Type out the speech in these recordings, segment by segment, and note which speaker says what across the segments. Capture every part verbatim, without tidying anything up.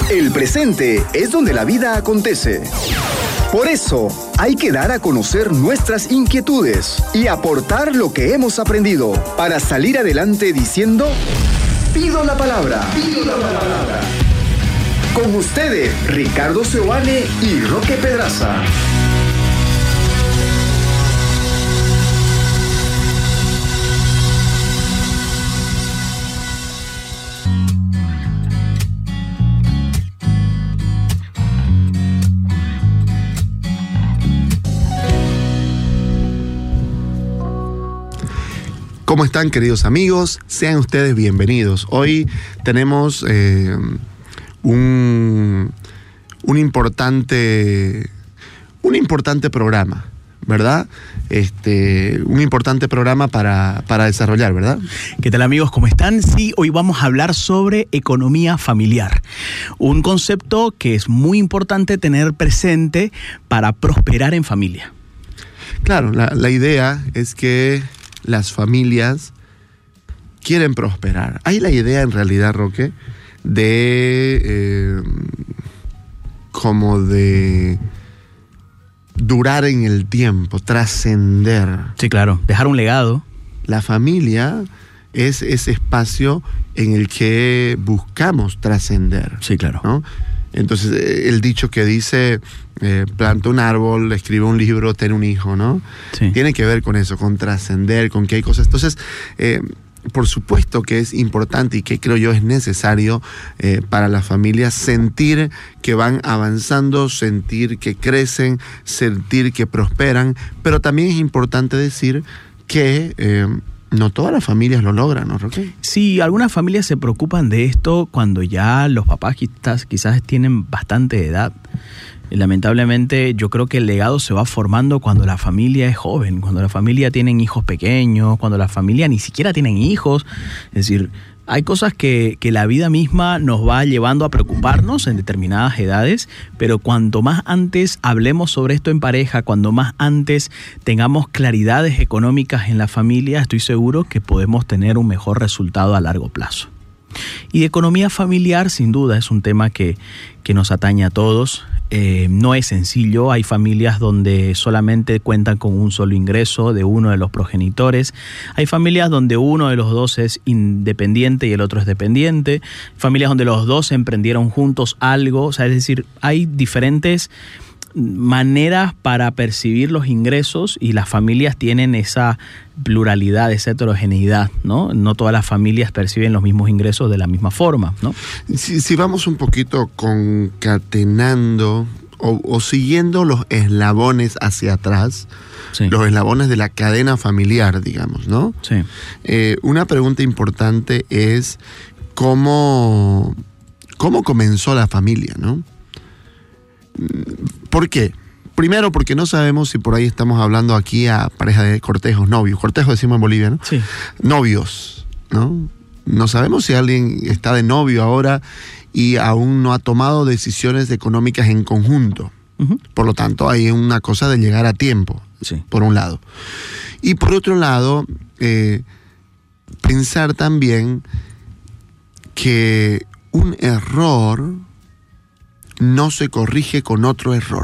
Speaker 1: El presente es donde la vida acontece. Por eso, hay que dar a conocer nuestras inquietudes y aportar lo que hemos aprendido para salir adelante diciendo: pido la palabra. Pido la palabra. Con ustedes, Ricardo Seoane y Roque Pedraza.
Speaker 2: ¿Cómo están, queridos amigos? Sean ustedes bienvenidos. Hoy tenemos eh, un, un, importante, un importante programa, ¿verdad? Este, un importante programa para, para desarrollar, ¿verdad?
Speaker 3: ¿Qué tal, amigos? ¿Cómo están? Sí, hoy vamos a hablar sobre economía familiar. Un concepto que es muy importante tener presente para prosperar en familia.
Speaker 2: Claro, la, la idea es que las familias quieren prosperar. Hay la idea, en realidad, Roque, de eh, como de durar en el tiempo, trascender.
Speaker 3: Sí, claro, dejar un legado.
Speaker 2: La familia es ese espacio en el que buscamos trascender.
Speaker 3: Sí, claro.
Speaker 2: ¿No? Entonces, el dicho que dice, eh, planta un árbol, escribe un libro, ten un hijo, ¿no?
Speaker 3: Sí.
Speaker 2: Tiene que ver con eso, con trascender, con que hay cosas. Entonces, eh, por supuesto que es importante y que creo yo es necesario eh, para las familias sentir que van avanzando, sentir que crecen, sentir que prosperan, pero también es importante decir que Eh, no todas las familias lo logran, ¿no, Roque?
Speaker 3: Sí, algunas familias se preocupan de esto cuando ya los papás quizás, quizás tienen bastante edad. Lamentablemente, yo creo que el legado se va formando cuando la familia es joven, cuando la familia tienen hijos pequeños, cuando la familia ni siquiera tienen hijos. Es decir, hay cosas que, que la vida misma nos va llevando a preocuparnos en determinadas edades, pero cuanto más antes hablemos sobre esto en pareja, cuando más antes tengamos claridades económicas en la familia, estoy seguro que podemos tener un mejor resultado a largo plazo. Y de economía familiar, sin duda, es un tema que, que nos atañe a todos. Eh, no es sencillo, hay familias donde solamente cuentan con un solo ingreso de uno de los progenitores, hay familias donde uno de los dos es independiente y el otro es dependiente, familias donde los dos emprendieron juntos algo, o sea, es decir, hay diferentes maneras para percibir los ingresos y las familias tienen esa pluralidad, esa heterogeneidad, ¿no? No todas las familias perciben los mismos ingresos de la misma forma, ¿no?
Speaker 2: Si, si vamos un poquito concatenando o, o siguiendo los eslabones hacia atrás, sí. Los eslabones de la cadena familiar, digamos, ¿no?
Speaker 3: Sí.
Speaker 2: Eh, una pregunta importante es cómo, cómo comenzó la familia, ¿no? ¿Por qué? Primero, porque no sabemos si por ahí estamos hablando aquí a pareja de cortejos, novios. Cortejos decimos en Bolivia, ¿no?
Speaker 3: Sí.
Speaker 2: Novios, ¿no? No sabemos si alguien está de novio ahora y aún no ha tomado decisiones económicas en conjunto. Uh-huh. Por lo tanto, hay una cosa de llegar a tiempo,
Speaker 3: sí. Por
Speaker 2: un lado. Y por otro lado, eh, pensar también que un error no se corrige con otro error.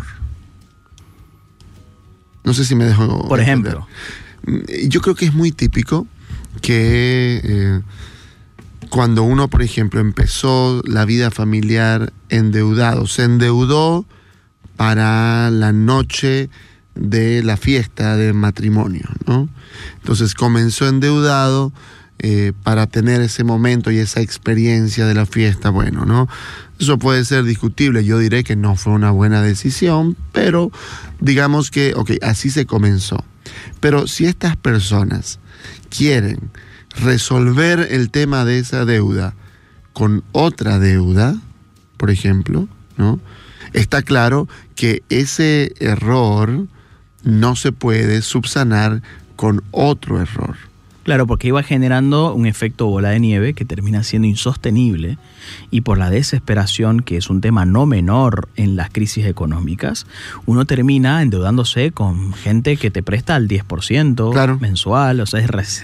Speaker 2: No sé si me dejo
Speaker 3: Por
Speaker 2: entender.
Speaker 3: ejemplo.
Speaker 2: Yo creo que es muy típico que eh, cuando uno, por ejemplo, empezó la vida familiar endeudado, se endeudó para la noche de la fiesta de matrimonio, ¿no? Entonces comenzó endeudado eh, para tener ese momento y esa experiencia de la fiesta, bueno, ¿no? Eso puede ser discutible, yo diré que no fue una buena decisión, pero digamos que, ok, así se comenzó. Pero si estas personas quieren resolver el tema de esa deuda con otra deuda, por ejemplo, ¿no? Está claro que ese error no se puede subsanar con otro error.
Speaker 3: Claro, porque iba generando un efecto bola de nieve que termina siendo insostenible, y por la desesperación, que es un tema no menor en las crisis económicas, uno termina endeudándose con gente que te presta al diez por ciento
Speaker 2: claro.
Speaker 3: mensual, o sea, es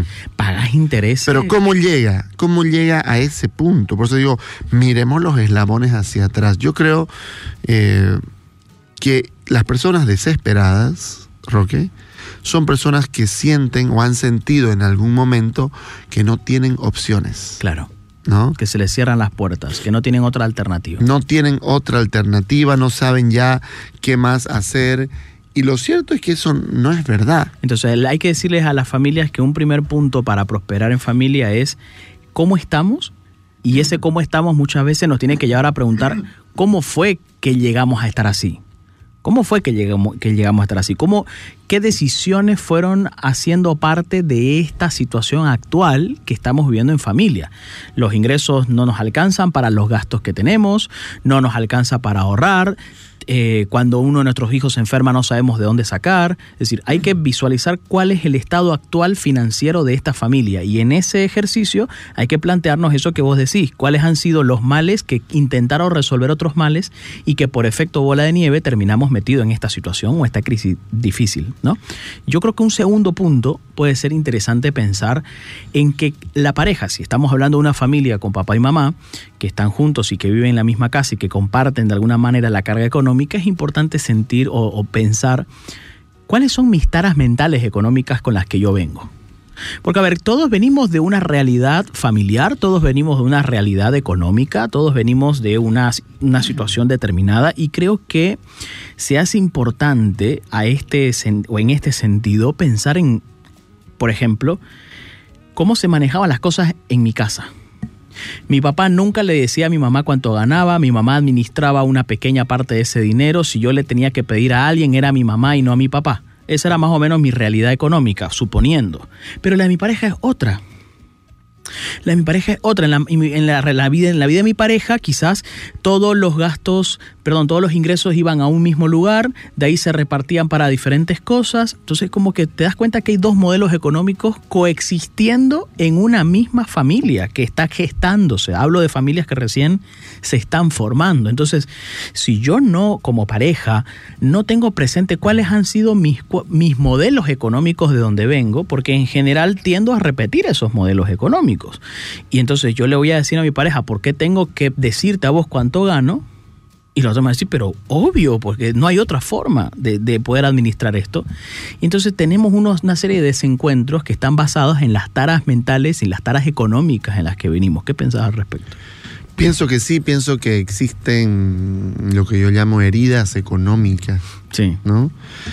Speaker 3: pagas intereses.
Speaker 2: Pero ¿cómo llega? ¿Cómo llega a ese punto? Por eso digo, miremos los eslabones hacia atrás. Yo creo eh, que las personas desesperadas, Roque, son personas que sienten o han sentido en algún momento que no tienen opciones.
Speaker 3: Claro.
Speaker 2: ¿No?
Speaker 3: Que se les cierran las puertas, que no tienen otra alternativa.
Speaker 2: No tienen otra alternativa, no saben ya qué más hacer. Y lo cierto es que eso no es verdad.
Speaker 3: Entonces hay que decirles a las familias que un primer punto para prosperar en familia es cómo estamos, y ese cómo estamos muchas veces nos tiene que llevar a preguntar cómo fue que llegamos a estar así. ¿Cómo fue que llegamos, que llegamos a estar así? ¿Cómo, ¿Qué decisiones fueron haciendo parte de esta situación actual que estamos viviendo en familia? Los ingresos no nos alcanzan para los gastos que tenemos, no nos alcanza para ahorrar. Eh, cuando uno de nuestros hijos se enferma no sabemos de dónde sacar. Es decir, hay que visualizar cuál es el estado actual financiero de esta familia, y en ese ejercicio hay que plantearnos eso que vos decís, cuáles han sido los males que intentaron resolver otros males y que por efecto bola de nieve terminamos metidos en esta situación o esta crisis difícil, ¿no? Yo creo que un segundo punto puede ser interesante pensar en que la pareja, si estamos hablando de una familia con papá y mamá que están juntos y que viven en la misma casa y que comparten de alguna manera la carga económica, es importante sentir o, o pensar cuáles son mis taras mentales económicas con las que yo vengo. Porque, a ver, todos venimos de una realidad familiar, todos venimos de una realidad económica, todos venimos de una, una situación determinada, y creo que se hace importante a este, o en este sentido pensar en, por ejemplo, cómo se manejaban las cosas en mi casa. Mi papá nunca le decía a mi mamá cuánto ganaba, mi mamá administraba una pequeña parte de ese dinero, si yo le tenía que pedir a alguien era a mi mamá y no a mi papá. Esa era más o menos mi realidad económica, suponiendo. Pero la de mi pareja es otra. La de mi pareja es otra. En la, en la, la vida, en la vida de mi pareja, quizás todos los gastos, perdón, todos los ingresos iban a un mismo lugar, de ahí se repartían para diferentes cosas. Entonces, como que te das cuenta que hay dos modelos económicos coexistiendo en una misma familia que está gestándose. Hablo de familias que recién se están formando. Entonces, si yo no, como pareja, no tengo presente cuáles han sido mis, mis modelos económicos de donde vengo, porque en general tiendo a repetir esos modelos económicos. Y entonces yo le voy a decir a mi pareja, ¿por qué tengo que decirte a vos cuánto gano? Y los otros me van a decir, pero obvio, porque no hay otra forma de, de poder administrar esto. Y entonces tenemos unos, una serie de desencuentros que están basados en las taras mentales y las taras económicas en las que venimos. ¿Qué pensás al respecto?
Speaker 2: Pienso que sí, pienso que existen lo que yo llamo heridas económicas.
Speaker 3: Sí.
Speaker 2: ¿No?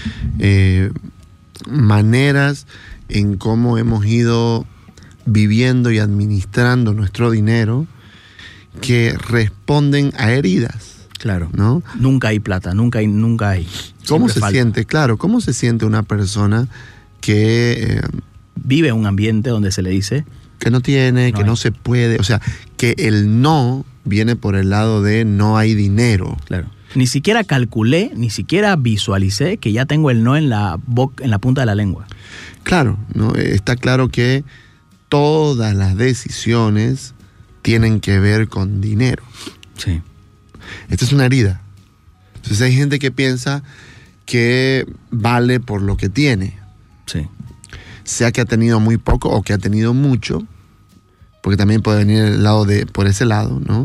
Speaker 2: Eh, maneras en cómo hemos ido viviendo y administrando nuestro dinero que responden a heridas.
Speaker 3: Claro.
Speaker 2: ¿No?
Speaker 3: Nunca hay plata, nunca hay, nunca hay.
Speaker 2: ¿Cómo se
Speaker 3: falta.
Speaker 2: siente? Claro, ¿cómo se siente una persona que eh,
Speaker 3: vive en un ambiente donde se le dice
Speaker 2: que no tiene, no que hay. No se puede? O sea, que el no viene por el lado de no hay dinero.
Speaker 3: Claro. Ni siquiera calculé, ni siquiera visualicé que ya tengo el no en la boca, en la punta de la lengua.
Speaker 2: Claro, ¿no? Está claro que todas las decisiones tienen que ver con dinero.
Speaker 3: Sí.
Speaker 2: Esta es una herida. Entonces hay gente que piensa que vale por lo que tiene.
Speaker 3: Sí.
Speaker 2: Sea que ha tenido muy poco o que ha tenido mucho, porque también puede venir el lado de, por ese lado, ¿no?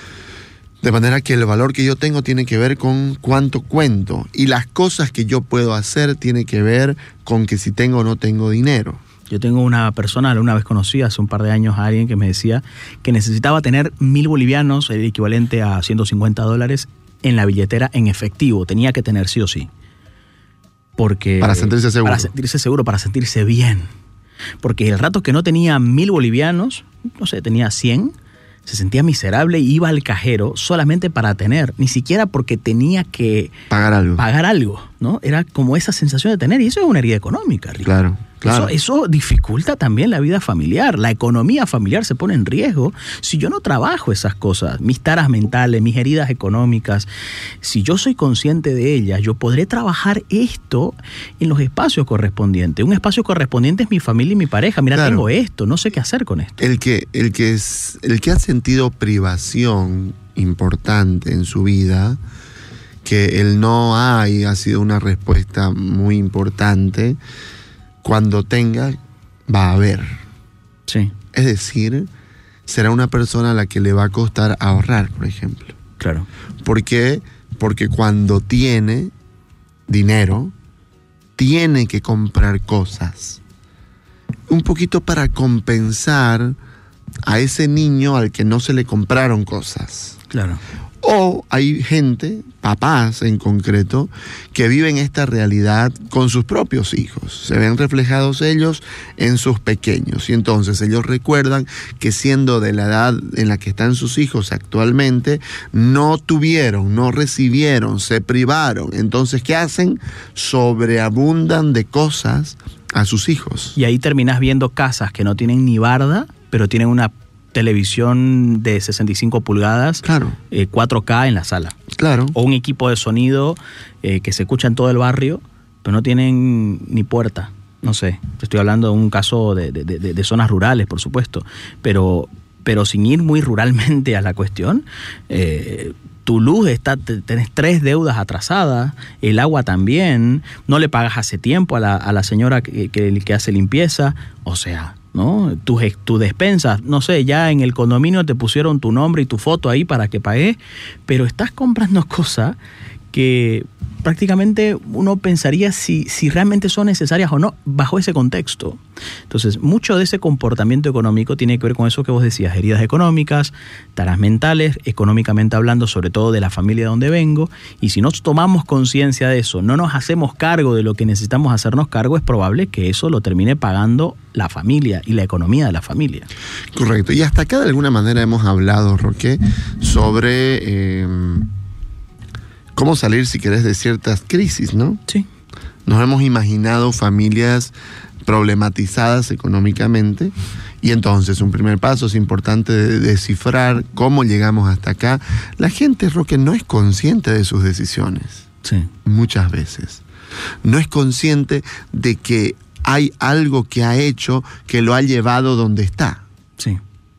Speaker 2: De manera que el valor que yo tengo tiene que ver con cuánto cuento, y las cosas que yo puedo hacer tiene que ver con que si tengo o no tengo dinero.
Speaker 3: Yo tengo una persona, una vez conocí hace un par de años a alguien que me decía que necesitaba tener mil bolivianos, el equivalente a ciento cincuenta dólares, en la billetera en efectivo. Tenía que tener sí o sí. Porque,
Speaker 2: para sentirse seguro.
Speaker 3: Para sentirse seguro, para sentirse bien. Porque el rato que no tenía mil bolivianos, no sé, tenía cien, se sentía miserable y iba al cajero solamente para tener, ni siquiera porque tenía que
Speaker 2: pagar algo.
Speaker 3: Pagar algo, ¿no? Era como esa sensación de tener, y eso es una herida económica, Rico.
Speaker 2: Claro. Claro.
Speaker 3: Eso, eso dificulta también la vida familiar. La economía familiar se pone en riesgo si yo no trabajo esas cosas, mis taras mentales, mis heridas económicas. Si yo soy consciente de ellas, yo podré trabajar esto en los espacios correspondientes. Un espacio correspondiente es mi familia y mi pareja. Mira, claro, tengo esto, no sé qué hacer con esto.
Speaker 2: El que, el que, es, el que ha sentido privación importante en su vida, que el no hay ha sido una respuesta muy importante. Cuando tenga, va a haber.
Speaker 3: Sí.
Speaker 2: Es decir, será una persona a la que le va a costar ahorrar, por ejemplo.
Speaker 3: Claro.
Speaker 2: ¿Por qué? Porque cuando tiene dinero, tiene que comprar cosas. Un poquito para compensar a ese niño al que no se le compraron cosas.
Speaker 3: Claro.
Speaker 2: O hay gente, papás en concreto, que viven esta realidad con sus propios hijos. Se ven reflejados ellos en sus pequeños. Y entonces ellos recuerdan que siendo de la edad en la que están sus hijos actualmente, no tuvieron, no recibieron, se privaron. Entonces, ¿qué hacen? Sobreabundan de cosas a sus hijos.
Speaker 3: Y ahí terminás viendo casas que no tienen ni barda, pero tienen una televisión de sesenta y cinco pulgadas,
Speaker 2: claro,
Speaker 3: eh, cuatro K en la sala.
Speaker 2: Claro.
Speaker 3: O un equipo de sonido eh, que se escucha en todo el barrio, pero no tienen ni puerta. No sé, estoy hablando de un caso de, de, de, de zonas rurales, por supuesto, pero, pero sin ir muy ruralmente a la cuestión, eh, tu luz está, tenés tres deudas atrasadas, el agua también, no le pagas hace tiempo a la, a la señora que, que, que hace limpieza, o sea, ¿no? Tus tu despensas, no sé, ya en el condominio te pusieron tu nombre y tu foto ahí para que pagues, pero estás comprando cosas que prácticamente uno pensaría si, si realmente son necesarias o no bajo ese contexto. Entonces, mucho de ese comportamiento económico tiene que ver con eso que vos decías, heridas económicas, taras mentales, económicamente hablando, sobre todo de la familia de donde vengo, y si no tomamos conciencia de eso, no nos hacemos cargo de lo que necesitamos hacernos cargo, es probable que eso lo termine pagando la familia y la economía de la familia.
Speaker 2: Correcto. Y hasta acá de alguna manera hemos hablado, Roque, sobre eh, cómo salir, si querés, de ciertas crisis, ¿no?
Speaker 3: Sí.
Speaker 2: Nos hemos imaginado familias problematizadas económicamente y entonces un primer paso es importante de descifrar cómo llegamos hasta acá. La gente, Roque, no es consciente de sus decisiones.
Speaker 3: Sí.
Speaker 2: Muchas veces. No es consciente de que hay algo que ha hecho que lo ha llevado donde está.
Speaker 3: Sí.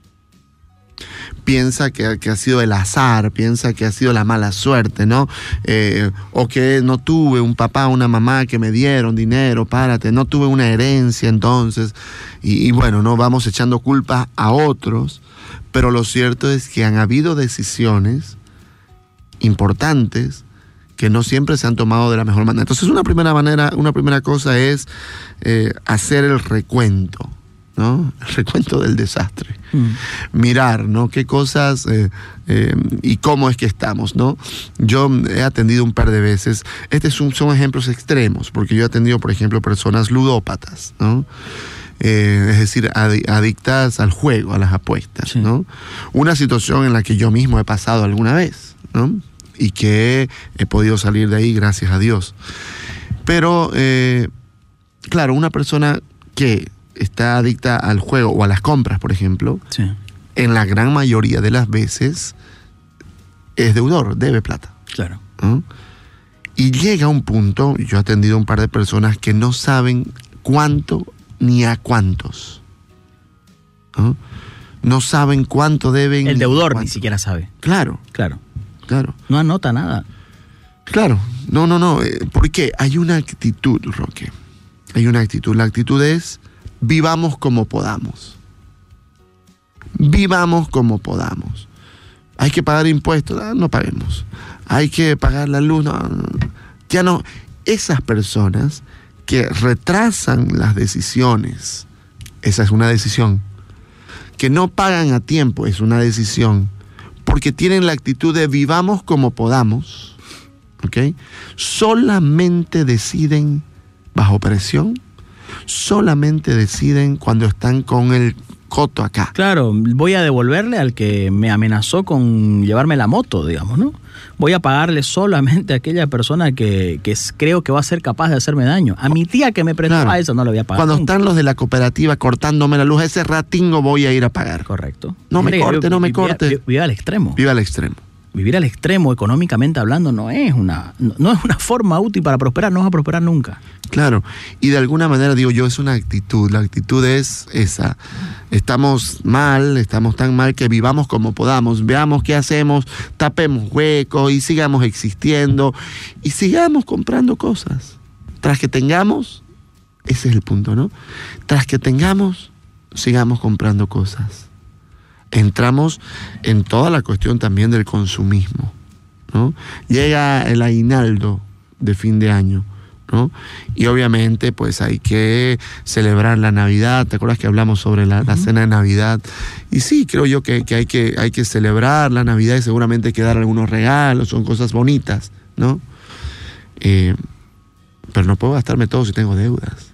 Speaker 2: Piensa que, que ha sido el azar, piensa que ha sido la mala suerte, ¿no? Eh, o que no tuve un papá, una mamá que me dieron dinero, párate, no tuve una herencia entonces. Y, y bueno, no vamos echando culpas a otros, pero lo cierto es que han habido decisiones importantes que no siempre se han tomado de la mejor manera. Entonces, una primera manera, una primera cosa es eh, hacer el recuento, ¿no? El recuento del desastre. Mm. Mirar, ¿no? Qué cosas eh, eh, y cómo es que estamos, ¿no? Yo he atendido un par de veces, estos son, son ejemplos extremos, porque yo he atendido, por ejemplo, personas ludópatas, ¿no? Eh, es decir, adictas al juego, a las apuestas, sí. ¿no? Una situación en la que yo mismo he pasado alguna vez, ¿no? Y que he podido salir de ahí, gracias a Dios. Pero, eh, claro, una persona que está adicta al juego o a las compras, por ejemplo,
Speaker 3: sí.
Speaker 2: en la gran mayoría de las veces es deudor, debe plata.
Speaker 3: Claro.
Speaker 2: ¿no? Y llega un punto, yo he atendido a un par de personas que no saben cuánto ni a cuántos. ¿no? No saben cuánto deben.
Speaker 3: El deudor
Speaker 2: ni,
Speaker 3: ni siquiera sabe.
Speaker 2: Claro.
Speaker 3: Claro.
Speaker 2: Claro.
Speaker 3: No anota nada.
Speaker 2: Claro. No, no, no. Porque hay una actitud, Roque. Hay una actitud. La actitud es vivamos como podamos. Vivamos como podamos. Hay que pagar impuestos, ah, no paguemos. Hay que pagar la luz, no, no. Ya no. Esas personas que retrasan las decisiones, esa es una decisión. Que no pagan a tiempo, es una decisión. Porque tienen la actitud de vivamos como podamos, ¿ok? Solamente deciden bajo presión, solamente deciden cuando están con el coto acá.
Speaker 3: Claro, voy a devolverle al que me amenazó con llevarme la moto, digamos, ¿no? Voy a pagarle solamente a aquella persona que, que creo que va a ser capaz de hacerme daño. A mi tía que me prestó
Speaker 2: Claro.
Speaker 3: a eso no lo voy a pagar.
Speaker 2: Cuando
Speaker 3: nunca.
Speaker 2: están los de la cooperativa cortándome la luz, ese ratingo voy a ir a pagar.
Speaker 3: Correcto.
Speaker 2: No me
Speaker 3: Gente que
Speaker 2: corte, no me
Speaker 3: vive-
Speaker 2: corte.
Speaker 3: vive- Vive al extremo.
Speaker 2: Viva al extremo.
Speaker 3: Vivir al extremo, económicamente hablando, no es una, no, no es una forma útil para prosperar, no vas a prosperar nunca.
Speaker 2: Claro, y de alguna manera digo yo, es una actitud, la actitud es esa. Estamos mal, estamos tan mal que vivamos como podamos, veamos qué hacemos, tapemos huecos y sigamos existiendo y sigamos comprando cosas. Tras que tengamos, ese es el punto, ¿no? Tras que tengamos, sigamos comprando cosas. Entramos en toda la cuestión también del consumismo, ¿no? Llega el aguinaldo de fin de año, ¿no? Y obviamente pues hay que celebrar la Navidad. ¿Te acuerdas que hablamos sobre la, la cena de Navidad? Y sí, creo yo que, que, hay que hay que celebrar la Navidad y seguramente hay que dar algunos regalos, son cosas bonitas, ¿no? Eh, pero no puedo gastarme todo si tengo deudas.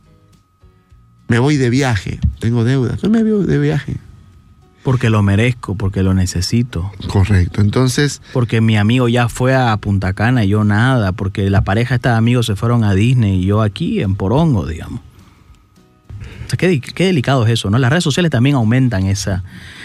Speaker 2: Me voy de viaje, tengo deudas, no me voy de viaje.
Speaker 3: Porque lo merezco, porque lo necesito.
Speaker 2: Correcto, entonces...
Speaker 3: Porque mi amigo ya fue a Punta Cana y yo nada. Porque la pareja esta de amigos se fueron a Disney y yo aquí en Porongo, digamos. O sea, qué, qué delicado es eso, ¿no? Las redes sociales también aumentan esa...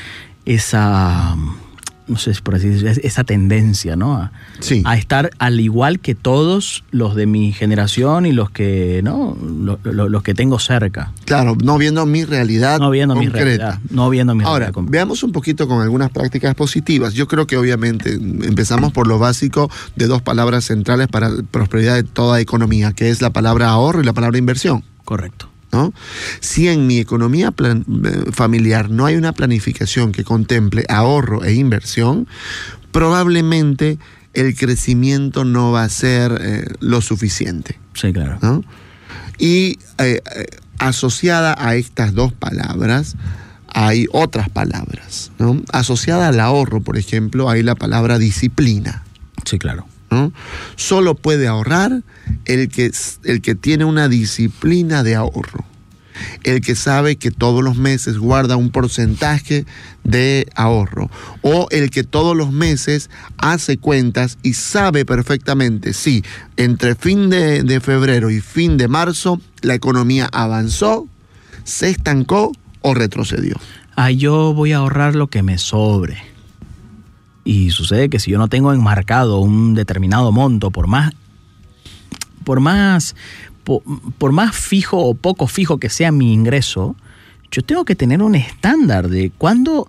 Speaker 3: esa no sé si por así decirlo, esa tendencia, ¿no? A,
Speaker 2: Sí.
Speaker 3: a estar al igual que todos los de mi generación y los que, ¿no? Los, los, los que tengo cerca.
Speaker 2: Claro, no viendo mi realidad
Speaker 3: No viendo mi
Speaker 2: concreta.
Speaker 3: realidad. No viendo mi
Speaker 2: Ahora,
Speaker 3: realidad concreta.
Speaker 2: veamos un poquito con algunas prácticas positivas. Yo creo que obviamente empezamos por lo básico de dos palabras centrales para la prosperidad de toda economía, que es la palabra ahorro y la palabra inversión,
Speaker 3: Correcto.
Speaker 2: ¿no? Si en mi economía plan- familiar no hay una planificación que contemple ahorro e inversión, probablemente el crecimiento no va a ser eh, lo suficiente,
Speaker 3: Sí, claro.
Speaker 2: ¿no? Y eh, eh, asociada a estas dos palabras hay otras palabras, ¿no? Asociada al ahorro, por ejemplo, hay la palabra disciplina,
Speaker 3: Sí, claro.
Speaker 2: ¿no? Solo puede ahorrar el que, el que tiene una disciplina de ahorro, el que sabe que todos los meses guarda un porcentaje de ahorro, o el que todos los meses hace cuentas y sabe perfectamente si entre fin de, de febrero y fin de marzo la economía avanzó, se estancó o retrocedió.
Speaker 3: Ah, yo voy a ahorrar lo que me sobre. Y sucede que si yo no tengo enmarcado un determinado monto, por más, por más, por, por más fijo o poco fijo que sea mi ingreso, yo tengo que tener un estándar de cuándo,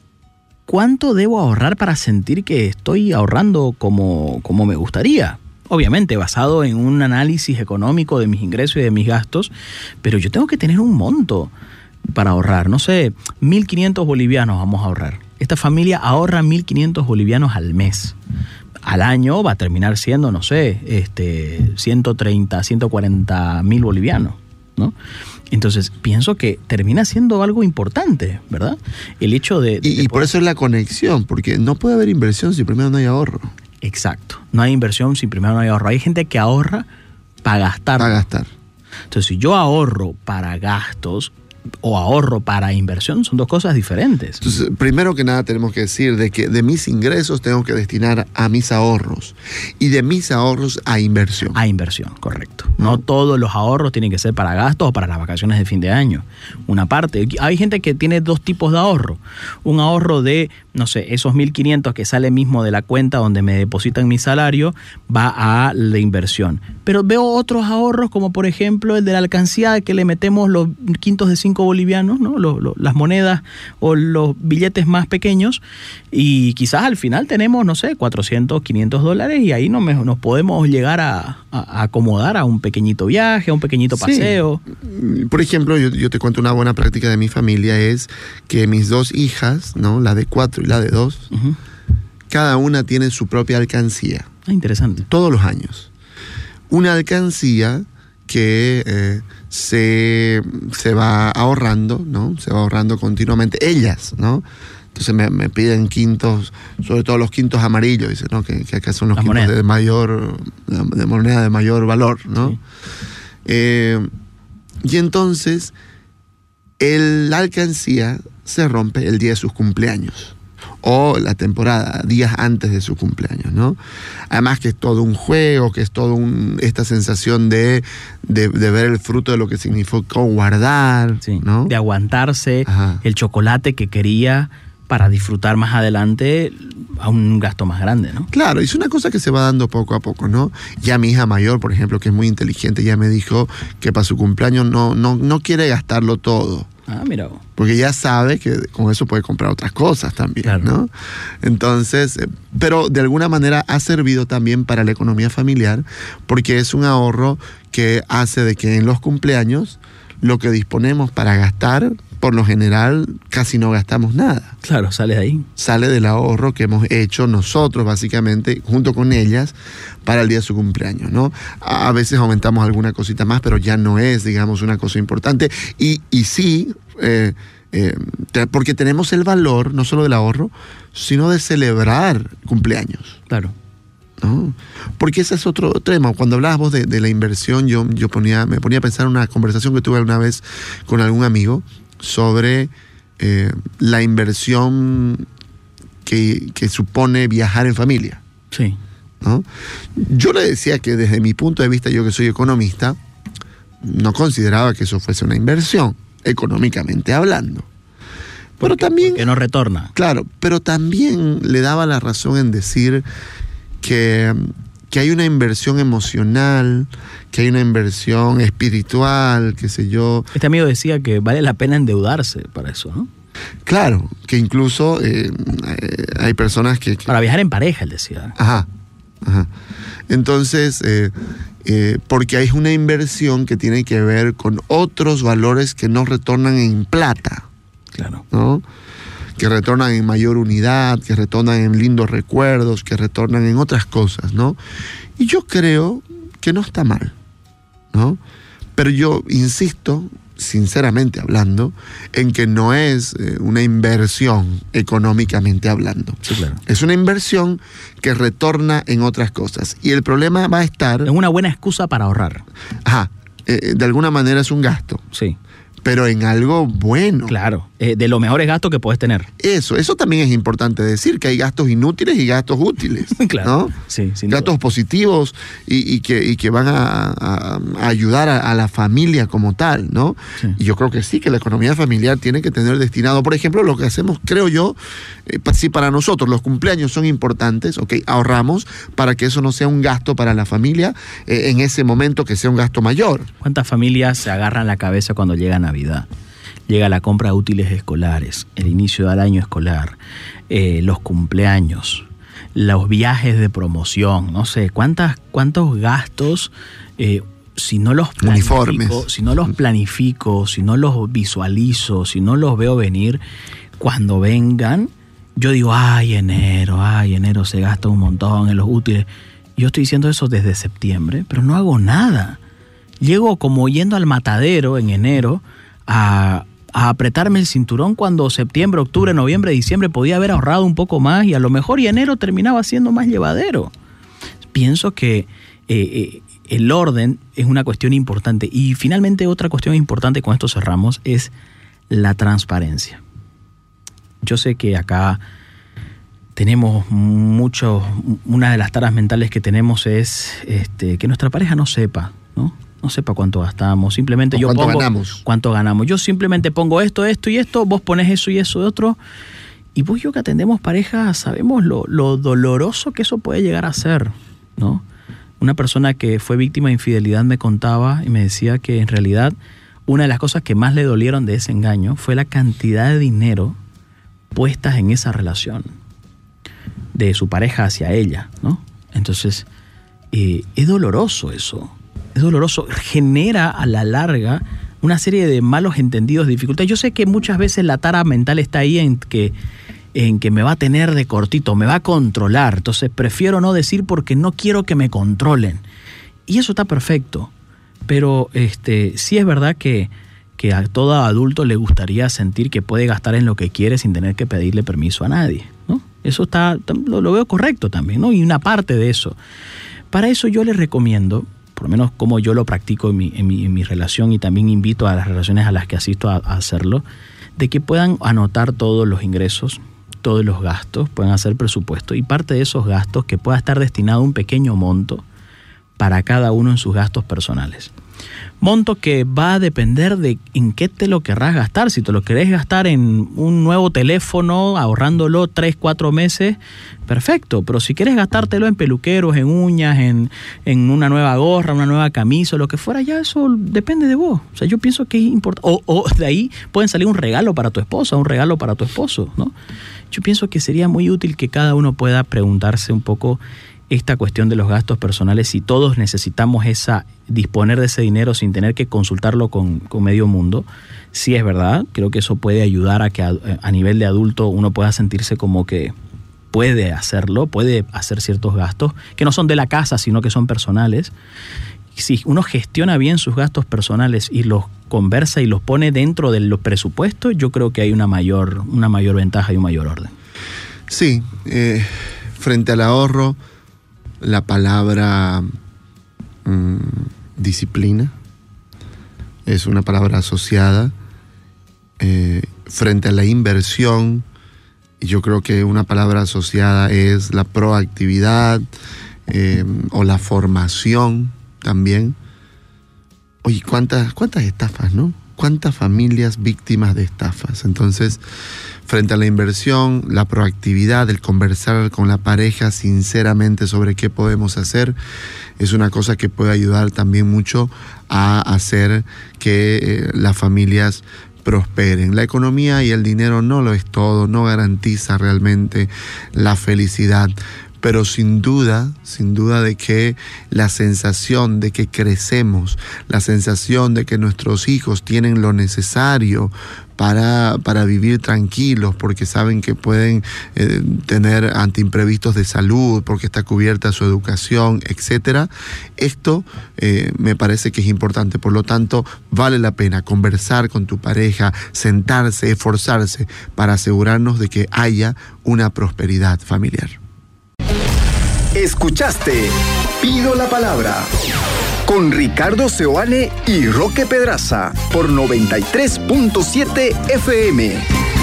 Speaker 3: cuánto debo ahorrar para sentir que estoy ahorrando como, como me gustaría. Obviamente basado en un análisis económico de mis ingresos y de mis gastos, pero yo tengo que tener un monto para ahorrar. No sé, mil quinientos bolivianos vamos a ahorrar. Esta familia ahorra mil quinientos bolivianos al mes. Al año va a terminar siendo, no sé, este, ciento treinta, ciento cuarenta mil bolivianos, ¿no? Entonces, pienso que termina siendo algo importante, ¿verdad? El hecho de... de
Speaker 2: Y, y por eso es la conexión, porque no puede haber inversión si primero no hay ahorro.
Speaker 3: Exacto. No hay inversión si primero no hay ahorro. Hay gente que ahorra para gastar.
Speaker 2: Para gastar.
Speaker 3: Entonces, si yo ahorro para gastos o ahorro para inversión, son dos cosas diferentes.
Speaker 2: Entonces, primero que nada tenemos que decir de que de mis ingresos tengo que destinar a mis ahorros y de mis ahorros a inversión.
Speaker 3: A inversión, correcto. No todos los ahorros tienen que ser para gastos o para las vacaciones de fin de año. Una parte. Hay gente que tiene dos tipos de ahorro. Un ahorro de, no sé, esos mil quinientos que sale mismo de la cuenta donde me depositan mi salario, va a la inversión. Pero veo otros ahorros como por ejemplo el de la alcancía que le metemos los quintos de cinco bolivianos, ¿no? Los, los, las monedas o los billetes más pequeños y quizás al final tenemos, no sé, cuatrocientos, quinientos dólares y ahí no me, nos podemos llegar a, a, a acomodar a un pequeñito viaje, a un pequeñito paseo.
Speaker 2: Sí. Por ejemplo, yo, yo te cuento una buena práctica de mi familia es que mis dos hijas, ¿no? La de cuatro y la de dos,
Speaker 3: Uh-huh.
Speaker 2: cada una tiene su propia alcancía,
Speaker 3: Ah, interesante.
Speaker 2: todos los años. Una alcancía que eh, se, se va ahorrando, ¿no? Se va ahorrando continuamente. Ellas, ¿no? Entonces me, me piden quintos, sobre todo los quintos amarillos, dicen, ¿no? Que, que acá son los
Speaker 3: Las
Speaker 2: quintos
Speaker 3: monedas.
Speaker 2: de mayor, de moneda de mayor valor, ¿no?
Speaker 3: Sí.
Speaker 2: Eh, y entonces el, la alcancía se rompe el día de sus cumpleaños o la temporada, días antes de su cumpleaños, ¿no? Además que es todo un juego, que es todo un, esta sensación de, de, de ver el fruto de lo que significó guardar,
Speaker 3: sí,
Speaker 2: ¿no?
Speaker 3: De aguantarse
Speaker 2: Ajá.
Speaker 3: el chocolate que quería para disfrutar más adelante a un gasto más grande, ¿no?
Speaker 2: Claro, y es una cosa que se va dando poco a poco, ¿no? Ya mi hija mayor, por ejemplo, que es muy inteligente, ya me dijo que para su cumpleaños no, no, no quiere gastarlo todo.
Speaker 3: Ah, mira vos.
Speaker 2: Porque ya sabe que con eso puede comprar otras cosas también,
Speaker 3: Claro.
Speaker 2: ¿no? Entonces, eh, pero de alguna manera ha servido también para la economía familiar, porque es un ahorro que hace de que en los cumpleaños lo que disponemos para gastar, por lo general, casi no gastamos nada.
Speaker 3: Claro, sale de ahí.
Speaker 2: Sale del ahorro que hemos hecho nosotros, básicamente, junto con ellas, para el día de su cumpleaños, ¿no? A veces aumentamos alguna cosita más, pero ya no es, digamos, una cosa importante. Y, y sí, eh, eh, te, porque tenemos el valor, no solo del ahorro, sino de celebrar cumpleaños.
Speaker 3: Claro.
Speaker 2: ¿No? Porque ese es otro tema. Cuando hablabas vos de, de la inversión, yo, yo ponía, me ponía a pensar en una conversación que tuve una vez con algún amigo sobre eh, la inversión que, que supone viajar en familia,
Speaker 3: Sí.
Speaker 2: ¿no? Yo le decía que desde mi punto de vista, yo que soy economista, no consideraba que eso fuese una inversión, económicamente hablando. Pero también...
Speaker 3: Que no retorna.
Speaker 2: Claro, pero también le daba la razón en decir que, que hay una inversión emocional, que hay una inversión espiritual, qué sé yo.
Speaker 3: Este amigo decía que vale la pena endeudarse para eso, ¿no?
Speaker 2: Claro, que incluso eh, eh, hay personas que, que...
Speaker 3: Para viajar en pareja, él decía.
Speaker 2: Ajá, ajá. Entonces, eh, eh, porque hay una inversión que tiene que ver con otros valores que no retornan en plata,
Speaker 3: Claro.
Speaker 2: ¿no? Que retornan en mayor unidad, que retornan en lindos recuerdos, que retornan en otras cosas, ¿no? Y yo creo que no está mal, ¿no? Pero yo insisto, sinceramente hablando, en que no es eh, una inversión económicamente hablando.
Speaker 3: Sí, claro.
Speaker 2: Es una inversión que retorna en otras cosas. Y el problema va a estar...
Speaker 3: Es una buena excusa para ahorrar.
Speaker 2: Ajá, eh, de alguna manera es un gasto,
Speaker 3: Sí.
Speaker 2: pero en algo bueno.
Speaker 3: Claro. Eh, de los mejores gastos que puedes tener.
Speaker 2: Eso, eso también es importante decir, que hay gastos inútiles y gastos útiles.
Speaker 3: Claro.
Speaker 2: ¿No?
Speaker 3: Sí, sin
Speaker 2: Gastos
Speaker 3: duda.
Speaker 2: positivos y, y, que, y que van a, a- a ayudar a, a la familia como tal, ¿no?
Speaker 3: Sí.
Speaker 2: Y yo creo que sí, que la economía familiar tiene que tener destinado, por ejemplo, lo que hacemos, creo yo, eh, pa- si para nosotros los cumpleaños son importantes, ok, ahorramos para que eso no sea un gasto para la familia eh, en ese momento, que sea un gasto mayor.
Speaker 3: ¿Cuántas familias se agarran la cabeza cuando llega Navidad? Llega la compra de útiles escolares, el inicio del año escolar, eh, los cumpleaños, los viajes de promoción, no sé, cuántas, cuántos gastos, eh, si no los planifico,
Speaker 2: Uniformes.
Speaker 3: si no los planifico, si no los visualizo, si no los veo venir, cuando vengan, yo digo, ay, enero, ay, enero se gasta un montón en los útiles. Yo estoy diciendo eso desde septiembre, pero no hago nada. Llego como yendo al matadero en enero a, a apretarme el cinturón cuando septiembre, octubre, noviembre, diciembre podía haber ahorrado un poco más y a lo mejor y enero terminaba siendo más llevadero. Pienso que eh, eh, el orden es una cuestión importante. Y finalmente otra cuestión importante, con esto cerramos, es la transparencia. Yo sé que acá tenemos mucho, una de las taras mentales que tenemos es este, que nuestra pareja no sepa, ¿no? No sepa cuánto gastamos, simplemente
Speaker 2: O
Speaker 3: yo
Speaker 2: cuánto
Speaker 3: pongo
Speaker 2: ganamos.
Speaker 3: cuánto ganamos. Yo simplemente pongo esto, esto y esto, vos pones eso y eso de otro. Y vos y yo que atendemos parejas sabemos lo, lo doloroso que eso puede llegar a ser, ¿no? Una persona que fue víctima de infidelidad me contaba y me decía que en realidad una de las cosas que más le dolieron de ese engaño fue la cantidad de dinero puestas en esa relación de su pareja hacia ella, ¿no? Entonces, eh, es doloroso eso. Es doloroso, genera a la larga una serie de malos entendidos, dificultades. Yo sé que muchas veces la tara mental está ahí en que, en que me va a tener de cortito, me va a controlar. Entonces prefiero no decir porque no quiero que me controlen. Y eso está perfecto. Pero este, sí es verdad que, que a todo adulto le gustaría sentir que puede gastar en lo que quiere sin tener que pedirle permiso a nadie, ¿no? Eso está, lo, lo veo correcto también, ¿no? Y una parte de eso. Para eso yo les recomiendo, por lo menos como yo lo practico en mi, en mi, en mi relación, y también invito a las relaciones a las que asisto a, a hacerlo, de que puedan anotar todos los ingresos, todos los gastos, puedan hacer presupuesto, y parte de esos gastos que pueda estar destinado un pequeño monto para cada uno en sus gastos personales. Monto que va a depender de en qué te lo querrás gastar. Si te lo querés gastar en un nuevo teléfono, ahorrándolo tres, cuatro meses, perfecto. Pero si quieres gastártelo en peluqueros, en uñas, en, en una nueva gorra, una nueva camisa, lo que fuera, ya eso depende de vos. O sea, yo pienso que es importante. O, o de ahí pueden salir un regalo para tu esposa, un regalo para tu esposo, ¿no? Yo pienso que sería muy útil que cada uno pueda preguntarse un poco esta cuestión de los gastos personales, si todos necesitamos esa, disponer de ese dinero sin tener que consultarlo con, con medio mundo. Sí, es verdad, creo que eso puede ayudar a que a, a nivel de adulto uno pueda sentirse como que puede hacerlo, puede hacer ciertos gastos que no son de la casa, sino que son personales. Si uno gestiona bien sus gastos personales y los conversa y los pone dentro de los presupuestos, yo creo que hay una mayor, una mayor ventaja y un mayor orden.
Speaker 2: Sí, eh, frente al ahorro, la palabra mmm, disciplina es una palabra asociada. Eh, frente a la inversión, yo creo que una palabra asociada es la proactividad eh, o la formación también. Oye, ¿cuántas, cuántas estafas, no? ¿Cuántas familias víctimas de estafas? Entonces, frente a la inversión, la proactividad, el conversar con la pareja sinceramente sobre qué podemos hacer, es una cosa que puede ayudar también mucho a hacer que eh, las familias prosperen. La economía y el dinero no lo es todo, no garantiza realmente la felicidad. Pero sin duda, sin duda de que la sensación de que crecemos, la sensación de que nuestros hijos tienen lo necesario para, para vivir tranquilos, porque saben que pueden eh, tener ante imprevistos de salud, porque está cubierta su educación, etcétera. Esto eh, me parece que es importante. Por lo tanto, vale la pena conversar con tu pareja, sentarse, esforzarse para asegurarnos de que haya una prosperidad familiar.
Speaker 1: Escuchaste Pido la Palabra con Ricardo Seoane y Roque Pedraza por noventa y tres punto siete F M.